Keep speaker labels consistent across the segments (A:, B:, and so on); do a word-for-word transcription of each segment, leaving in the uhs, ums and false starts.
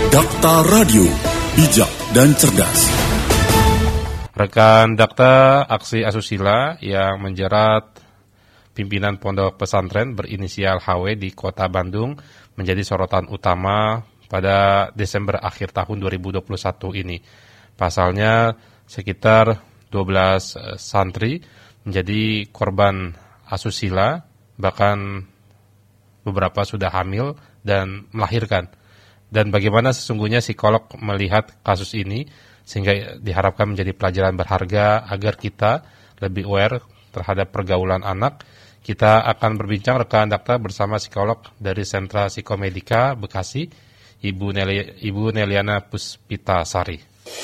A: Dakta Radio, bijak dan cerdas.
B: Rekan Dakta, aksi asusila yang menjerat pimpinan pondok pesantren berinisial H W di Kota Bandung menjadi sorotan utama pada Desember akhir tahun dua ribu dua puluh satu ini. Pasalnya sekitar dua belas santri menjadi korban asusila, bahkan beberapa sudah hamil dan melahirkan. Dan bagaimana sesungguhnya psikolog melihat kasus ini sehingga diharapkan menjadi pelajaran berharga agar kita lebih aware terhadap pergaulan anak. Kita akan berbincang rekan Dakta bersama psikolog dari Sentra Psikomedika Bekasi, Ibu Neli, Ibu Neliana Puspitasari.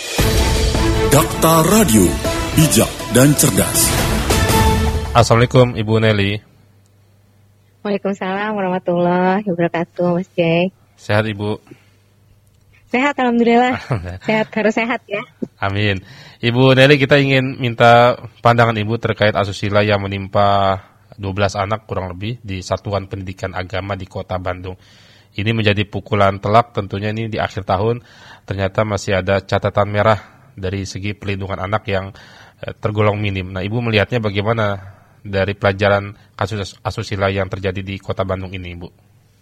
A: Dakta Radio, bijak dan cerdas.
B: Assalamualaikum Ibu Neli.
C: Waalaikumsalam warahmatullahi wabarakatuh, Mas Jay.
B: Sehat Ibu?
C: Sehat, Alhamdulillah. Sehat, harus sehat ya.
B: Amin. Ibu Neli, kita ingin minta pandangan Ibu terkait asusila yang menimpa dua belas anak kurang lebih di Satuan Pendidikan Agama di Kota Bandung. Ini menjadi pukulan telak tentunya ini di akhir tahun. Ternyata masih ada catatan merah dari segi pelindungan anak yang eh, tergolong minim. Nah, Ibu melihatnya bagaimana dari pelajaran kasus asusila yang terjadi di Kota Bandung ini, Ibu?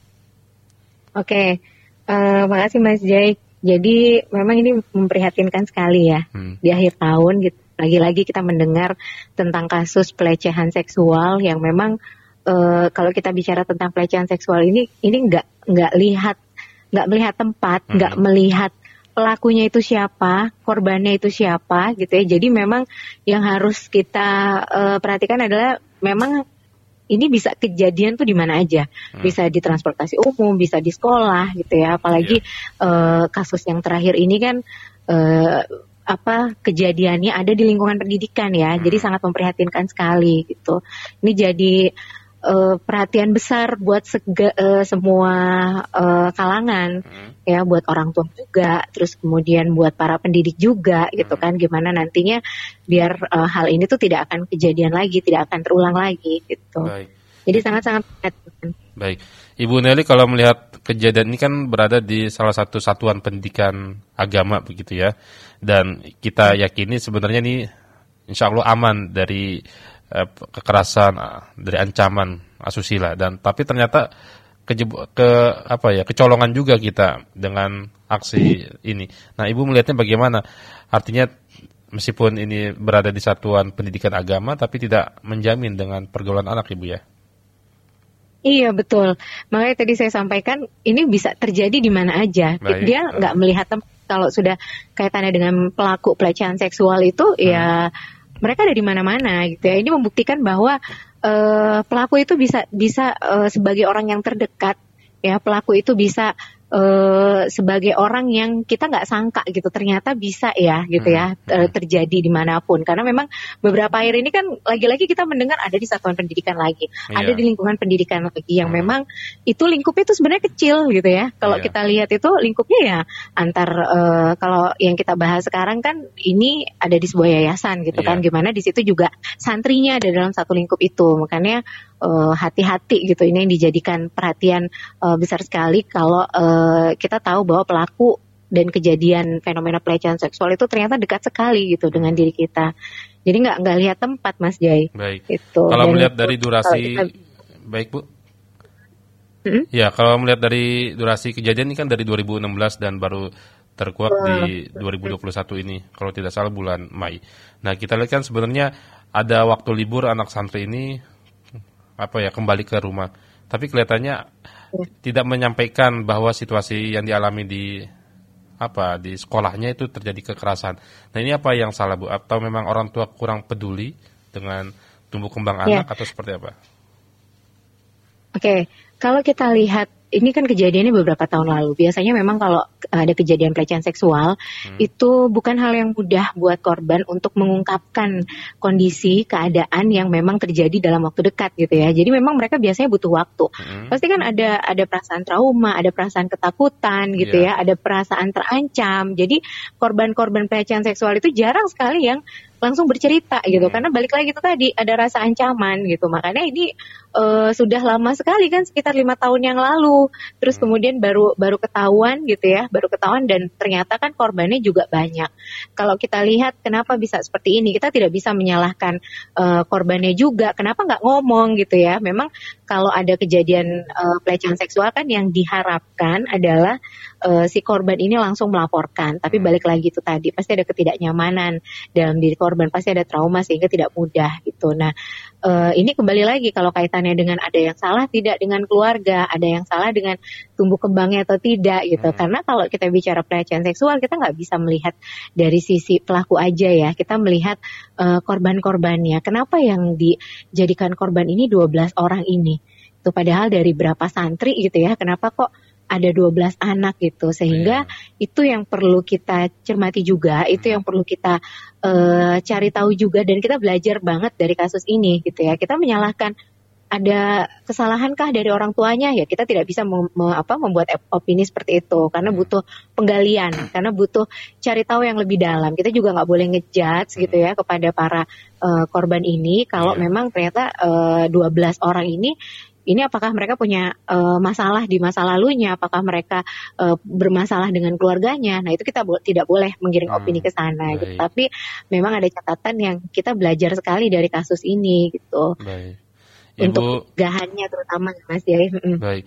C: Oke, uh, makasih Mas Jai. Jadi memang ini memprihatinkan sekali ya hmm. di akhir tahun gitu. Lagi-lagi kita mendengar tentang kasus pelecehan seksual yang memang uh, kalau kita bicara tentang pelecehan seksual ini, ini nggak nggak lihat nggak melihat tempat, nggak hmm. melihat pelakunya itu siapa, korbannya itu siapa gitu ya. Jadi memang yang harus kita uh, perhatikan adalah memang ini bisa kejadian tuh di mana aja, hmm. bisa di transportasi umum, bisa di sekolah gitu ya. Apalagi yeah. uh, kasus yang terakhir ini kan uh, apa kejadiannya ada di lingkungan pendidikan ya, hmm. jadi sangat memprihatinkan sekali gitu. Ini jadi uh, perhatian besar buat sega, uh, semua uh, kalangan hmm. ya, buat orang tua juga, terus kemudian buat para pendidik juga gitu hmm. kan. Gimana nantinya biar uh, hal ini tuh tidak akan kejadian lagi, tidak akan terulang lagi gitu.
B: Baik.
C: Jadi sangat-sangat
B: baik. Ibu Neli, kalau melihat kejadian ini kan berada di salah satu satuan pendidikan agama begitu ya, dan kita yakini sebenarnya ini insya Allah aman dari eh, kekerasan, dari ancaman asusila, dan tapi ternyata kejeb- ke apa ya kecolongan juga kita dengan aksi ini. Nah, Ibu melihatnya bagaimana? Artinya meskipun ini berada di satuan pendidikan agama, tapi tidak menjamin dengan pergaulan anak, Ibu ya?
C: Iya, betul. Makanya tadi saya sampaikan, ini bisa terjadi di mana aja. Baik. Dia nggak melihat tempat. Kalau sudah kaitannya dengan pelaku pelecehan seksual itu, hmm. ya mereka ada di mana-mana gitu ya. Ini membuktikan bahwa uh, pelaku itu bisa bisa uh, sebagai orang yang terdekat, ya pelaku itu bisa Uh, sebagai orang yang kita nggak sangka gitu, ternyata bisa ya gitu ya hmm. terjadi dimanapun. Karena memang beberapa akhir ini kan lagi-lagi kita mendengar ada di satuan pendidikan lagi, iya. ada di lingkungan pendidikan lagi yang hmm. memang itu lingkupnya itu sebenarnya kecil gitu ya. Kalau iya. kita lihat itu lingkupnya ya antar uh, kalau yang kita bahas sekarang kan ini ada di sebuah yayasan gitu iya. kan, gimana di situ juga santrinya ada dalam satu lingkup itu. Makanya uh, hati-hati gitu, ini yang dijadikan perhatian uh, besar sekali kalau uh, kita tahu bahwa pelaku dan kejadian fenomena pelecehan seksual itu ternyata dekat sekali gitu dengan diri kita. Jadi nggak nggak lihat tempat, Mas Jai.
B: Baik.
C: Itu.
B: Kalau
C: dan
B: melihat
C: itu,
B: dari durasi, kita... baik Bu. Hmm? Ya, kalau melihat dari durasi kejadian ini kan dari dua ribu enam belas dan baru terkuak oh. di dua ribu dua puluh satu ini, kalau tidak salah bulan Mei. Nah, kita lihat kan sebenarnya ada waktu libur anak santri ini apa ya kembali ke rumah, tapi kelihatannya ya. tidak menyampaikan bahwa situasi yang dialami di apa di sekolahnya itu terjadi kekerasan. Nah, ini apa yang salah, Bu? Atau memang orang tua kurang peduli dengan tumbuh kembang
C: ya.
B: anak atau seperti apa?
C: Oke, kalau kita lihat ini kan kejadiannya beberapa tahun lalu. Biasanya memang kalau ada kejadian pelecehan seksual, hmm. itu bukan hal yang mudah buat korban untuk mengungkapkan kondisi, keadaan yang memang terjadi dalam waktu dekat gitu ya. Jadi memang mereka biasanya butuh waktu. Hmm. Pasti kan ada ada perasaan trauma, ada perasaan ketakutan gitu yeah. ya, ada perasaan terancam. Jadi korban-korban pelecehan seksual itu jarang sekali yang langsung bercerita gitu.
B: Hmm.
C: Karena balik lagi itu tadi ada rasa ancaman gitu. Makanya ini uh, sudah lama sekali kan, sekitar lima tahun yang lalu. Terus hmm. kemudian baru baru ketahuan gitu ya, baru ketahuan dan ternyata kan korbannya juga banyak. Kalau kita lihat kenapa bisa seperti ini, kita tidak bisa menyalahkan uh, korbannya juga. Kenapa nggak ngomong gitu ya? Memang kalau ada kejadian uh, pelecehan seksual kan yang diharapkan adalah uh, si korban ini langsung melaporkan. Tapi balik lagi itu tadi pasti ada ketidaknyamanan dalam diri korban, pasti ada trauma sehingga tidak mudah gitu. Nah uh, ini kembali lagi kalau kaitannya dengan ada yang salah tidak dengan keluarga, ada yang salah dengan tumbuh kembangnya atau tidak gitu. Hmm. Karena kalau kita bicara pelecehan seksual kita nggak bisa melihat dari sisi pelaku aja ya. Kita melihat uh, korban-korbannya. Kenapa yang dijadikan korban ini dua belas orang ini? Itu padahal dari berapa santri gitu ya. Kenapa kok ada dua belas anak gitu, sehingga yeah. itu yang perlu kita cermati juga, itu yang perlu kita uh, cari tahu juga, dan kita belajar banget dari kasus ini gitu ya. Kita menyalahkan ada kesalahankah dari orang tuanya, ya kita tidak bisa mem, me, apa, membuat opini seperti itu, karena butuh penggalian, karena butuh cari tahu yang lebih dalam. Kita juga nggak boleh ngejudge gitu ya kepada para uh, korban ini, kalau yeah. memang ternyata uh, dua belas orang ini Ini apakah mereka punya uh, masalah di masa lalunya, apakah mereka uh, bermasalah dengan keluarganya. Nah itu kita bo- tidak boleh menggiring hmm, opini ke sana gitu. Tapi memang ada catatan yang kita belajar sekali dari kasus ini gitu. Baik. Ibu, untuk pencegahannya terutama Mas Jai.
B: Baik.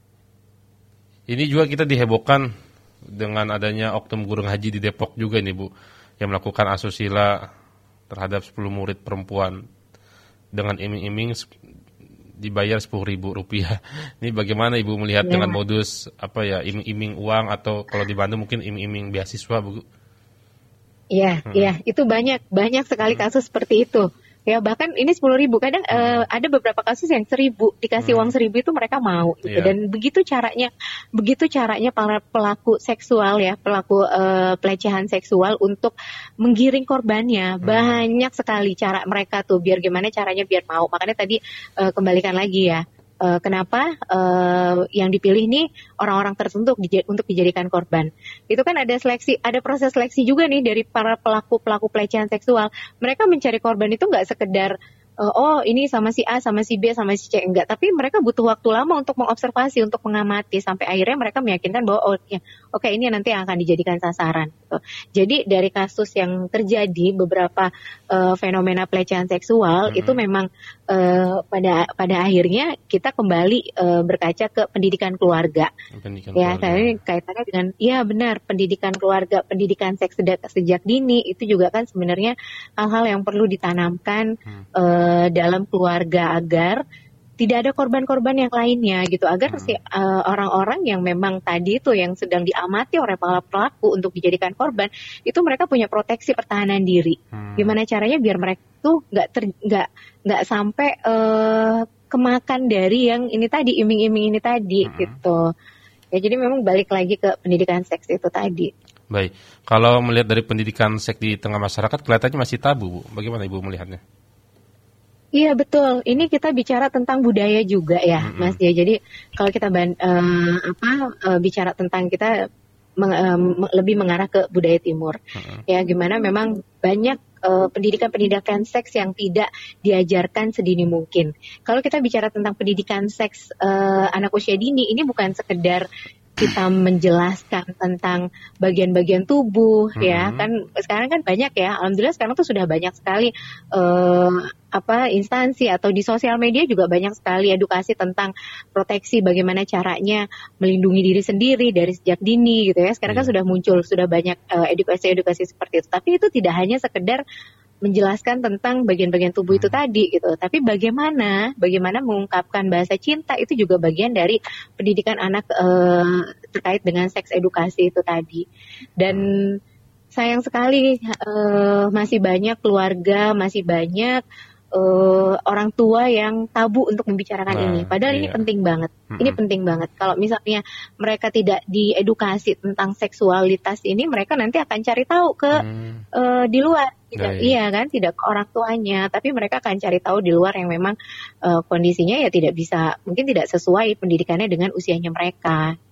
B: Ini juga kita dihebohkan dengan adanya Oknum Guru Haji di Depok juga nih Bu, yang melakukan asusila terhadap sepuluh murid perempuan dengan iming-iming dibayar sepuluh ribu rupiah. Ini bagaimana Ibu melihat ya. dengan modus apa ya, iming-iming uang, atau kalau di Bandung mungkin iming-iming beasiswa Bu?
C: Iya, hmm. iya, itu banyak banyak sekali kasus hmm. seperti itu. Ya bahkan ini sepuluh ribu, kadang hmm. uh, ada beberapa kasus yang seribu, dikasih hmm. uang seribu itu mereka mau gitu. Yeah. Dan begitu caranya, begitu caranya para pelaku seksual ya, pelaku uh, pelecehan seksual untuk menggiring korbannya. Hmm. Banyak sekali cara mereka tuh, biar gimana caranya biar mau. Makanya tadi uh, kembalikan lagi ya, uh, kenapa uh, yang dipilih nih orang-orang tertentu untuk dijadikan korban. Itu kan ada seleksi, ada proses seleksi juga nih dari para pelaku-pelaku pelecehan seksual. Mereka mencari korban itu nggak sekedar uh, oh ini sama si A, sama si B, sama si C, enggak. Tapi mereka butuh waktu lama untuk mengobservasi, untuk mengamati, sampai akhirnya mereka meyakinkan bahwa oh ya, oke okay, ini nanti yang akan dijadikan sasaran. Gitu. Jadi dari kasus yang terjadi beberapa uh, fenomena pelecehan seksual hmm. itu memang uh, pada pada akhirnya kita kembali uh, berkaca ke pendidikan keluarga. Pendidikan ya, karena kaitannya dengan ya benar, pendidikan keluarga, pendidikan seks sejak, sejak dini itu juga kan sebenarnya hal-hal yang perlu ditanamkan hmm. uh, dalam keluarga agar tidak ada korban-korban yang lainnya gitu, agar hmm. si uh, orang-orang yang memang tadi itu yang sedang diamati oleh para pelaku untuk dijadikan korban itu mereka punya proteksi pertahanan diri. Hmm. Gimana caranya biar mereka tuh nggak nggak nggak sampai uh, kemakan dari yang ini tadi, iming-iming ini tadi hmm. gitu. Ya jadi memang balik lagi ke pendidikan seks itu tadi.
B: Baik, kalau melihat dari pendidikan seks di tengah masyarakat kelihatannya masih tabu, Bu. Bagaimana Ibu melihatnya?
C: Iya betul. Ini kita bicara tentang budaya juga ya, mm-hmm. Mas ya. Jadi kalau kita ban, uh, apa uh, bicara tentang kita meng, uh, lebih mengarah ke budaya timur, mm-hmm. ya gimana memang banyak uh, pendidikan-pendidikan seks yang tidak diajarkan sedini mungkin. Kalau kita bicara tentang pendidikan seks uh, anak usia dini, ini bukan sekedar kita menjelaskan tentang bagian-bagian tubuh, hmm. ya kan sekarang kan banyak ya, alhamdulillah sekarang tuh sudah banyak sekali uh, apa instansi atau di sosial media juga banyak sekali edukasi tentang proteksi, bagaimana caranya melindungi diri sendiri dari sejak dini gitu ya. Sekarang yeah. kan sudah muncul, sudah banyak uh, edukasi-edukasi seperti itu. Tapi itu tidak hanya sekedar menjelaskan tentang bagian-bagian tubuh itu tadi gitu, tapi bagaimana bagaimana mengungkapkan bahasa cinta itu juga bagian dari pendidikan anak eh, terkait dengan seks edukasi itu tadi. Dan sayang sekali eh, masih banyak keluarga, masih banyak Uh, orang tua yang tabu untuk membicarakan nah, ini. Padahal iya. ini penting banget. Mm-hmm. Ini penting banget. Kalau misalnya mereka tidak diedukasi tentang seksualitas ini, mereka nanti akan cari tahu ke mm. uh, di luar. Tidak, nah, iya. iya kan, tidak ke orang tuanya, tapi mereka akan cari tahu di luar yang memang uh, kondisinya ya tidak bisa, mungkin tidak sesuai pendidikannya dengan usianya mereka.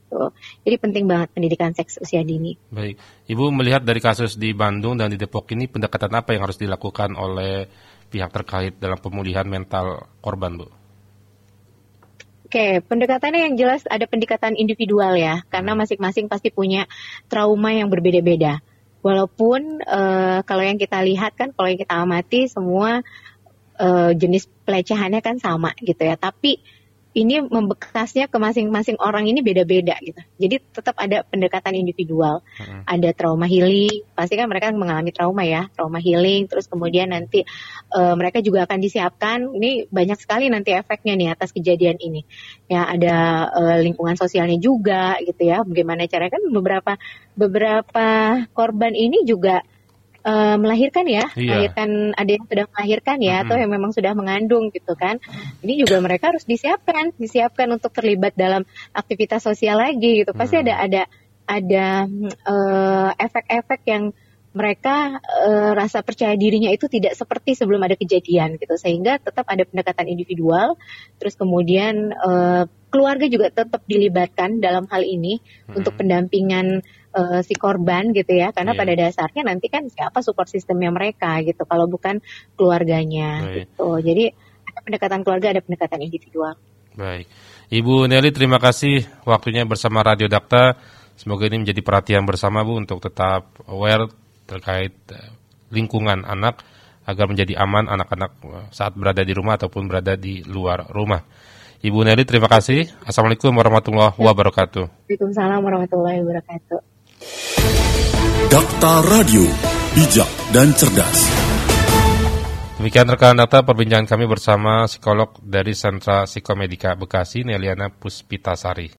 C: gitu. Jadi penting banget pendidikan seks usia dini.
B: Baik, Ibu melihat dari kasus di Bandung dan di Depok ini pendekatan apa yang harus dilakukan oleh pihak terkait dalam pemulihan mental korban, Bu?
C: Oke, pendekatannya yang jelas ada pendekatan individual ya, karena masing-masing pasti punya trauma yang berbeda-beda. Walaupun uh, kalau yang kita lihat kan, kalau yang kita amati semua uh, jenis pelecehannya kan sama gitu ya, tapi ini membekasnya ke masing-masing orang ini beda-beda gitu. Jadi tetap ada pendekatan individual. Hmm. Ada trauma healing, pasti kan mereka mengalami trauma ya, trauma healing. Terus kemudian nanti uh, mereka juga akan disiapkan. Ini banyak sekali nanti efeknya nih atas kejadian ini. Ya ada uh, lingkungan sosialnya juga gitu ya. Bagaimana caranya kan beberapa beberapa korban ini juga Uh, melahirkan ya, iya. melahirkan ada yang sudah melahirkan ya, mm-hmm. atau yang memang sudah mengandung gitu kan. Ini juga mereka harus disiapkan, disiapkan untuk terlibat dalam aktivitas sosial lagi gitu. Pasti mm-hmm. ada ada ada uh, efek-efek yang mereka uh, rasa percaya dirinya itu tidak seperti sebelum ada kejadian gitu. Sehingga tetap ada pendekatan individual, terus kemudian uh, keluarga juga tetap dilibatkan dalam hal ini mm-hmm. untuk pendampingan Uh, si korban gitu ya, karena yeah. pada dasarnya nanti kan siapa support sistemnya mereka gitu, kalau bukan keluarganya. Baik. Gitu. Jadi ada pendekatan keluarga, ada pendekatan individual.
B: Baik, Ibu Nelly, terima kasih waktunya bersama Radio Dakta. Semoga ini menjadi perhatian bersama, Bu, untuk tetap aware terkait lingkungan anak agar menjadi aman anak-anak saat berada di rumah ataupun berada di luar rumah. Ibu Nelly, terima kasih. Assalamualaikum warahmatullahi wabarakatuh.
C: Waalaikumsalam warahmatullahi wabarakatuh.
A: Dakta Radio, bijak dan cerdas.
B: Demikian rekan Dakta perbincangan kami bersama psikolog dari Sentra Psikomedika Bekasi, Neliana Puspitasari.